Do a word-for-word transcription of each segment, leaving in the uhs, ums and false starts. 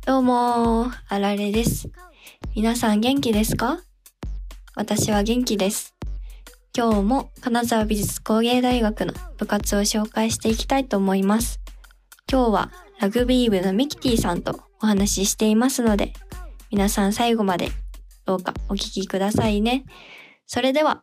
どうもー、あられです。皆さん元気ですか？私は元気です。今日も金沢美術工芸大学の部活を紹介していきたいと思います。今日はラグビー部のミキティさんとお話ししていますので、皆さん最後までどうかお聞きくださいね。それでは、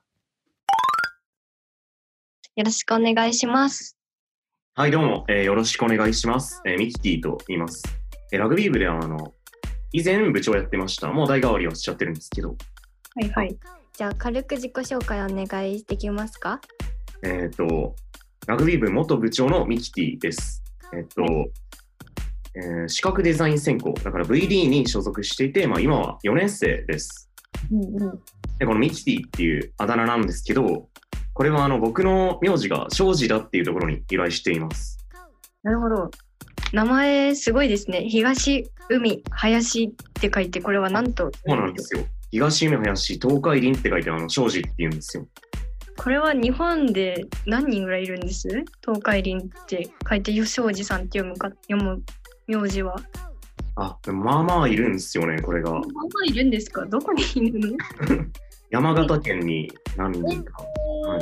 よろしくお願いします。 はい、どうも、えー、よろしくお願いします。えー、ミキティと言います。えー、ラグビー部では、あの、以前部長やってました。もう代替わりはしちゃってるんですけど。 はいはい。じゃあ、軽く自己紹介お願いできますか？ えっと、ラグビー部元部長のミキティです。えっと、はい、えー、視覚デザイン専攻、だから ブイディー に所属していて、まあ今はよねん生です。うんうん、で、このミキティっていうあだ名なんですけど、これはあの僕の名字が庄司だっていうところに由来しています。 なるほど。名前すごいですね。東海林って書いて、これは何と？ そうなんですよ。東海林東海林って書いてあの庄司って言うんですよ。 これは日本で何人ぐらいいるんです？東海林って書いて庄司さんって読むか読む名字は。 あ、まあまあいるんですよね、これが。まあまあいるんですか？どこにいるの？ 山形県に何人か。はい、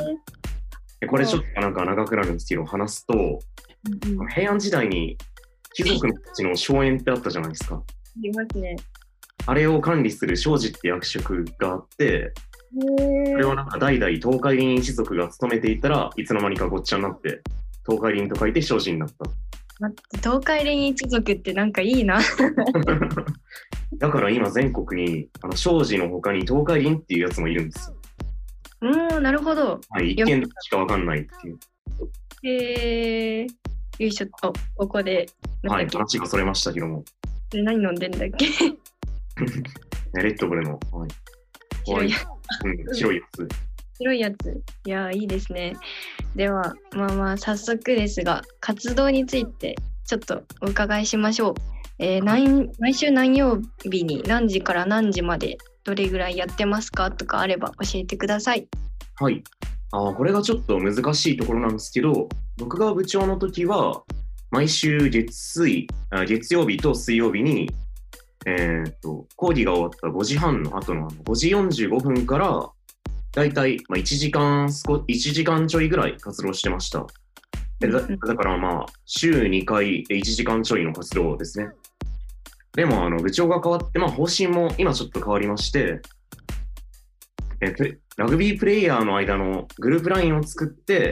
これちょっとなんか長くなるんですけど、話すと、うん、平安時代に貴族のうちの荘園ってあったじゃないですか。ありますね。 あれを管理する庄司って役職があって、これはなんか代々東海林一族が務めていたらいつの間にかごっちゃになって東海林と書いて庄司になった。待って、東海林一族ってなんかいいな。だから今全国にあの庄司の他に東海林っていうやつもいるんですよ。 うん、なるほど。 はい、一見しかわかんないっていう。 へえー、よいしょっと、ここで。 はい、話がそれましたけども。 何飲んでんだっけ？ レッドブルの、はい、 白いやつ、うん、白いやつ。 白いやつ。いや、いいですね。では、まあまあ、早速ですが、活動についてちょっとお伺いしましょう。えー、何毎週何曜日に何時から何時までどれぐらいやってますかとかあれば教えてください。 はい。あ、これがちょっと難しいところなんですけど、僕が部長の時は、毎週月水、あ月曜日と水曜日に、えー、と講義が終わったごじはんの後のごじよんじゅうごふんから、だいたいいちじかん、いちじかんちょいぐらい活動してました。だ, だからまあ、週にかいでいちじかんちょいの活動ですね。でも、あの部長が変わって、まあ、方針も今ちょっと変わりまして、えラグビープレイヤーの間のグループラインを作って、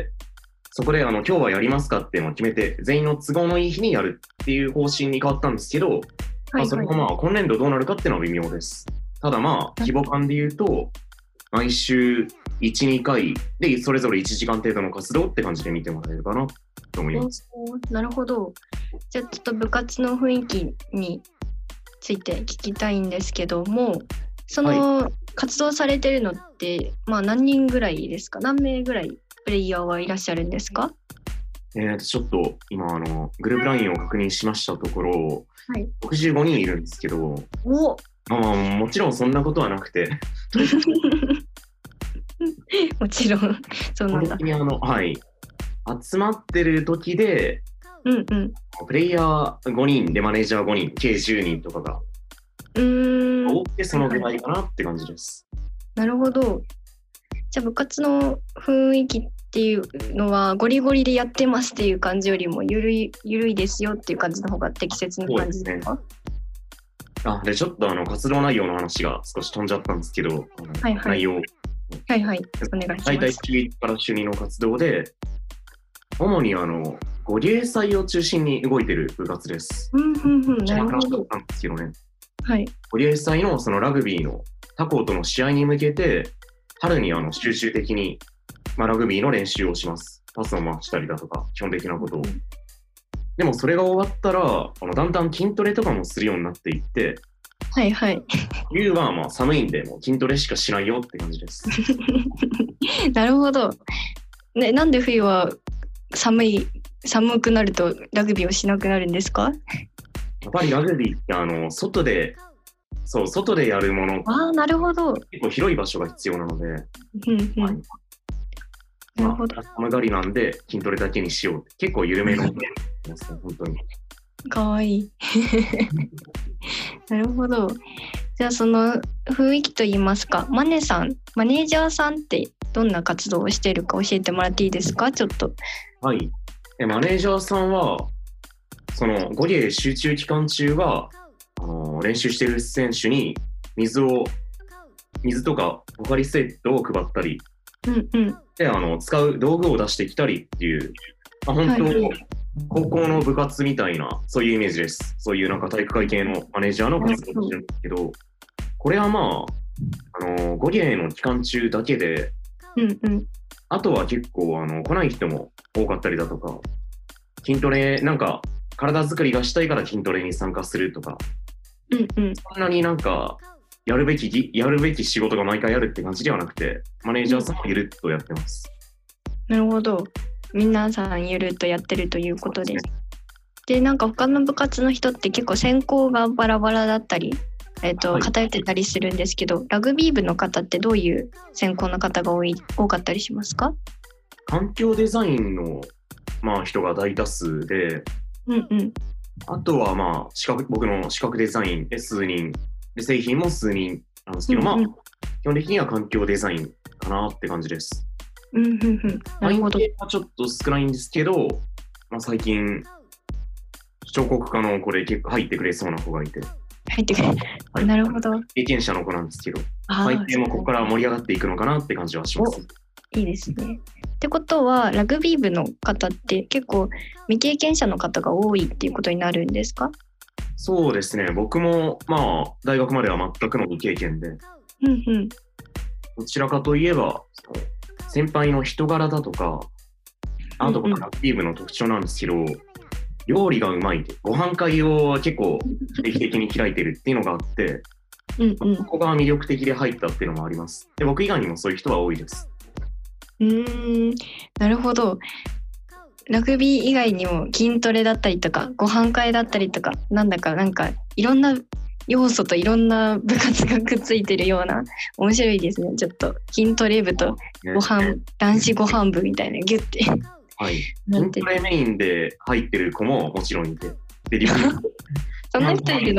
そこであの今日はやりますかっていうのを決めて、全員の都合のいい日にやるっていう方針に変わったんですけど、はいはい、まあ、それもまあ今年度どうなるかっていうのは微妙です。ただまあ、規模感で言うと、毎週いち、にかいでそれぞれいちじかん程度の活動って感じで見てもらえればなと思います。 なるほど。じゃあちょっと部活の雰囲気について聞きたいんですけども、その活動されてるのって、はい、まあ何人ぐらいですか？何名ぐらいプレイヤーはいらっしゃるんですか？ えー、ちょっと今あのグループラインを確認しましたところ、はい、ろくじゅうごにんいるんですけど、おまあ、まあもちろんそんなことはなくてもちろんそうなんだ。 本当にあの、はい、集まってる時で、 うんうん、 プレイヤーごにんでマネージャーごにん、計じゅうにんとかがうーん多くてそのぐらいかなって感じです。 なるほど。じゃあ部活の雰囲気っていうのはゴリゴリでやってますっていう感じよりもゆるい、ゆるいですよっていう感じの方が適切な感じですか？ あ、で、ちょっとあの活動内容の話が少し飛んじゃったんですけど、はいはい、内容。 はいはい、お願いします。 大体週いちから週にの活動で、主にあの、ご芸祭を中心に動いている部活です。 うんうんうん、なるほど。 なんですけどね。 はい。 ご芸祭のそのラグビーの他校との試合に向けて、春にあの集中的に、まあ、ラグビーの練習をします。パスを回したりだとか、基本的なことを。でもそれが終わったら、あのだんだん筋トレとかもするようになっていって、 はいはい。 冬はまあ寒いんで、もう筋トレしかしないよって感じです。 なるほど。ね、なんで冬は寒い、寒くなるとラグビーをしなくなるんですか？ やっぱりラグビーってあの外で、そう、外でやるもの。 ああ、なるほど。 結構広い場所が必要なので。 うんうん。はい、なるほど。 寒がりなんで筋トレだけにしよう。結構緩めのですね、本当に。 かわいい。 なるほど。じゃあその雰囲気といいますか、マネさん、マネージャーさんってどんな活動をしているか教えてもらっていいですか、ちょっと。 はい。えマネージャーさんは、そのゴリエ集中期間中は、あの練習している選手に水を、水とかポカリスエットを配ったり、 うんうん。 で、あの、使う道具を出してきたりっていう、まあ、本当、 はいはい、 高校の部活みたいな、そういうイメージです。そういうなんか体育会系のマネージャーの活動をしてるんですけど、これはまあ、あの、ゴリエの期間中だけで、 うんうん。 あとは結構、あの、来ない人も多かったりだとか、筋トレ、なんか、体作りがしたいから筋トレに参加するとか、 うんうん。 そんなになんか、やるべき、やるべき仕事が毎回やるって感じではなくて、マネージャーさんもゆるっとやってます。 なるほど。皆さんゆるっとやってるということです。で、なんか他の部活の人って結構専攻がバラバラだったり、えっと、 はい、 偏ってたりするんですけど、ラグビー部の方ってどういう専攻の方が多い、多かったりしますか？ 環境デザインの、まあ、人が大多数で、 うんうん。 あとはまあ、視覚、僕の視覚デザインで数人、で製品も数人なんですけど、うんうん、まあ、基本的には環境デザインかなって感じです。 うんうんうん。なるほど。 背景はちょっと少ないんですけど、まあ、最近、彫刻家のこれ結構入ってくれそうな子がいて。 入ってくれ、はい、なるほど。 経験者の子なんですけど、背景もここから盛り上がっていくのかなって感じはします。 いいですね。ってことは、ラグビー部の方って結構未経験者の方が多いっていうことになるんですか？ そうですね。僕もまあ大学までは全くの未経験で、 うんうん、 どちらかといえば先輩の人柄だとか、あとラグビー部の特徴なんですけど、うんうん、料理がうまいで、ご飯会を結構定期的に開いてるっていうのがあって、 うんうん、 ここが魅力的で入ったっていうのもあります。で、僕以外にもそういう人は多いです。 うーん、なるほど。ラグビー以外にも筋トレだったりとかご飯会だったりとか、なんだかなんかいろんな要素といろんな部活がくっついてるような、面白いですね。ちょっと筋トレ部とご飯、ね、男子ご飯部みたいなギュッてはい、筋トレメインで入ってる子ももちろんいて、でリそんな人いるの？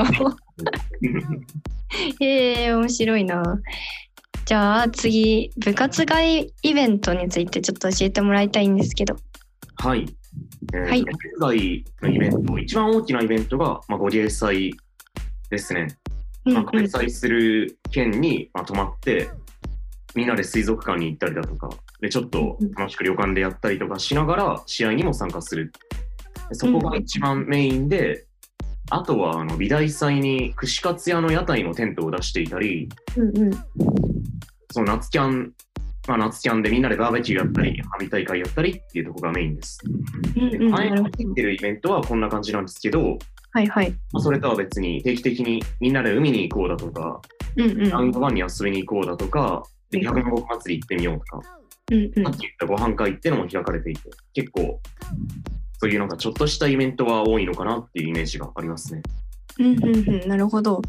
へえ、面白いな。じゃあ次、部活外イベントについてちょっと教えてもらいたいんですけど。 はい。えー、 はい、 部活外のイベント、一番大きなイベントが、まあ、ゴリエ祭ですね。まあ、開催する県に、まあ、泊まって、みんなで水族館に行ったりだとか、でちょっと楽しく旅館でやったりとかしながら試合にも参加する。そこが一番メインで、あとはあの美大祭に串カツ屋の屋台のテントを出していたり、 うんうん、 その夏キャン、まあ、夏キャンでみんなでバーベキューやったり、花火大会やったりっていうところがメインです。で前に入ってるイベントはこんな感じなんですけど、 はいはい、 まあ、それとは別に定期的にみんなで海に行こうだとか、 うんうん、 ラウンドワンに遊びに行こうだとか、で百万石祭り行ってみようとか、 うんうん、 さっき言ったご飯会っていうのも開かれていて、結構そういうなんかちょっとしたイベントは多いのかなっていうイメージがありますね。 うんうんうん、なるほど。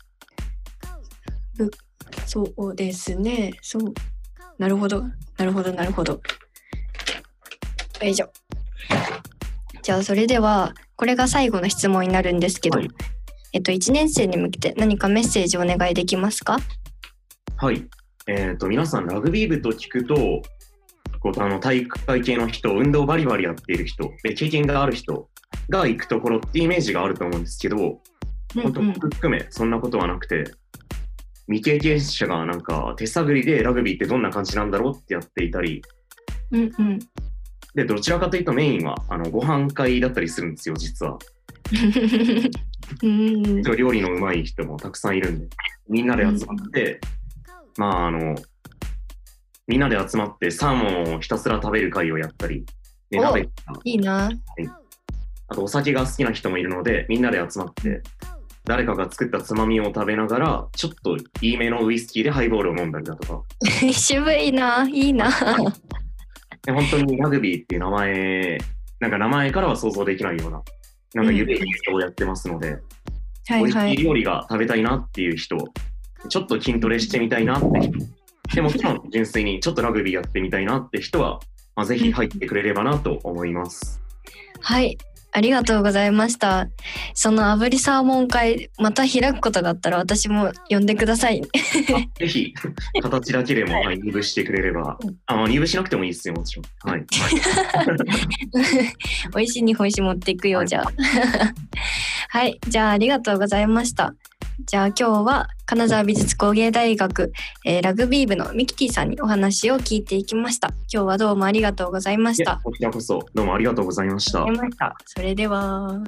そうですね。そう。なるほど。なるほど、なるほど。よいしょ。じゃあそれではこれが最後の質問になるんですけど、はい、えっといちねん生に向けて何かメッセージをお願いできますか？ はい。えっと皆さんラグビー部と聞くと、こうあの体育会系の人、運動バリバリやっている人、で経験がある人が行くところっていうイメージがあると思うんですけど、うんうん、本当僕含めそんなことはなくて、未経験者がなんか手探りでラグビーってどんな感じなんだろうってやっていたり、 うんうん、 でどちらかというとメインはあのご飯会だったりするんですよ、実は。うん、料理のうまい人もたくさんいるんで、みんなで集まって、うん、まああのみんなで集まってサーモンをひたすら食べる会をやったり、で鍋いいな、はい、 あとお酒が好きな人もいるので、みんなで集まって誰かが作ったつまみを食べながらちょっといいめのウイスキーでハイボールを飲んだりだとか。 渋いな、いいな。 で本当にラグビーっていう名前、なんか名前からは想像できないような、なんかゆるい人をやってますので、うん美味しい料理が食べたいなっていう人、ちょっと筋トレしてみたいなって人、でもちろん純粋にちょっとラグビーやってみたいなって人は、まあ、ぜひ入ってくれればなと思います。 はい、 ありがとうございました。その炙りサーモン会、また開くことがあったら私も呼んでください。 ぜひ、形だけでも、はい、入部してくれれば。あ、まあ、入部しなくてもいいですよ、もちろん。はい。 美味しい日本酒持っていくよ、はい、じゃあ。はい、じゃあありがとうございました。じゃあ今日は金沢美術工芸大学、えー、ラグビー部のミキティさんにお話を聞いていきました。今日はどうもありがとうございました。 こちらこそどうもありがとうございました。 それでは。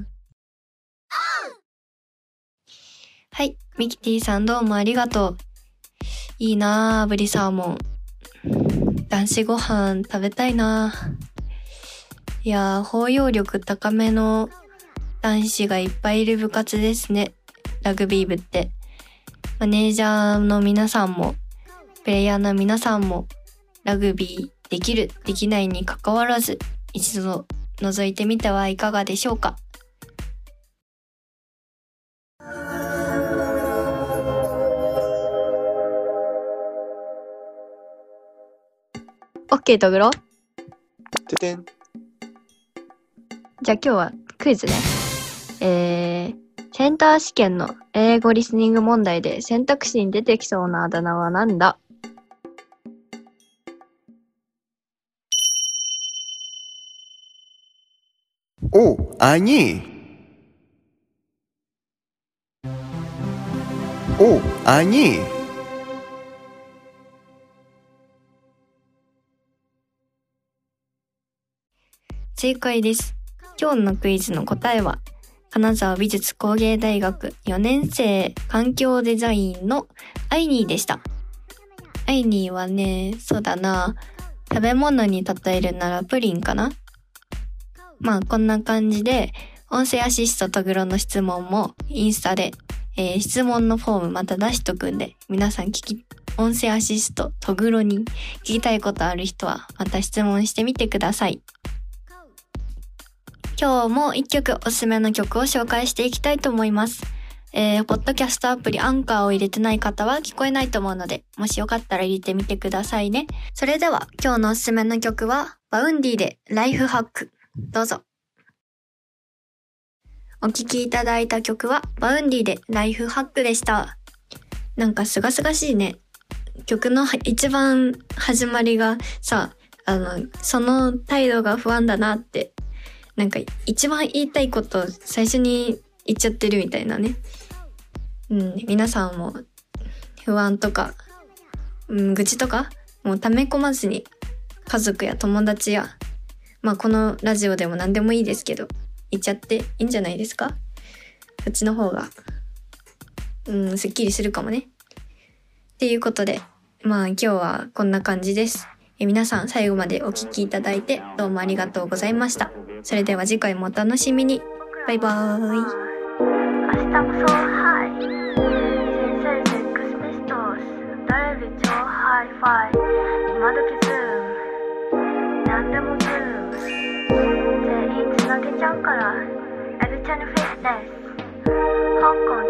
はい、ミキティさんどうもありがとう。いいなぁ、炙りサーモン。男子ご飯食べたいなぁ。いやー、包容力高めの男子がいっぱいいる部活ですね。ラグビー部って。マネージャーの皆さんも、プレイヤーの皆さんも、ラグビーできる、できないに関わらず、一度覗いてみてはいかがでしょうか。オッケー、トグロ。 ててん。 じゃあ今日はクイズね。えー、センター試験の英語リスニング問題で選択肢に出てきそうなあだ名はなんだ？ お、兄。お、兄。 正解です。今日のクイズの答えは、金沢美術工芸大学よねん生環境デザインのアイニーでした。アイニーはね、そうだな、食べ物に例えるならプリンかな。まあこんな感じで、音声アシストトグロの質問もインスタで、えー、質問のフォームまた出しとくんで、皆さん聞き、音声アシストトグロに聞きたいことある人はまた質問してみてください。今日も一曲おすすめの曲を紹介していきたいと思います。えー、ポッドキャストアプリアンカーを入れてない方は聞こえないと思うので、もしよかったら入れてみてくださいね。それでは今日のおすすめの曲はバウンディでライフハック。どうぞ。お聴きいただいた曲はバウンディでライフハックでした。なんかすがすがしいね。曲の一番始まりがさ、あの、その態度が不安だなって、なんか一番言いたいことを最初に言っちゃってるみたいなね。うん、皆さんも不安とか、うん、愚痴とかもう溜め込まずに家族や友達や、まあこのラジオでも何でもいいですけど、言っちゃっていいんじゃないですか。そっちの方が、うん、すっきりするかもね。っていうことで、まあ今日はこんな感じです。え皆さん最後までお聞きいただいてどうもありがとうございました。それでは次回もお楽しみに。バイバーイ。明日もそうハイ。先生セックスピストルス。誰より超ハイファイ。今時ズーム。何でもズーム。全員つなげちゃうから。エルチャヌフィットネス。香港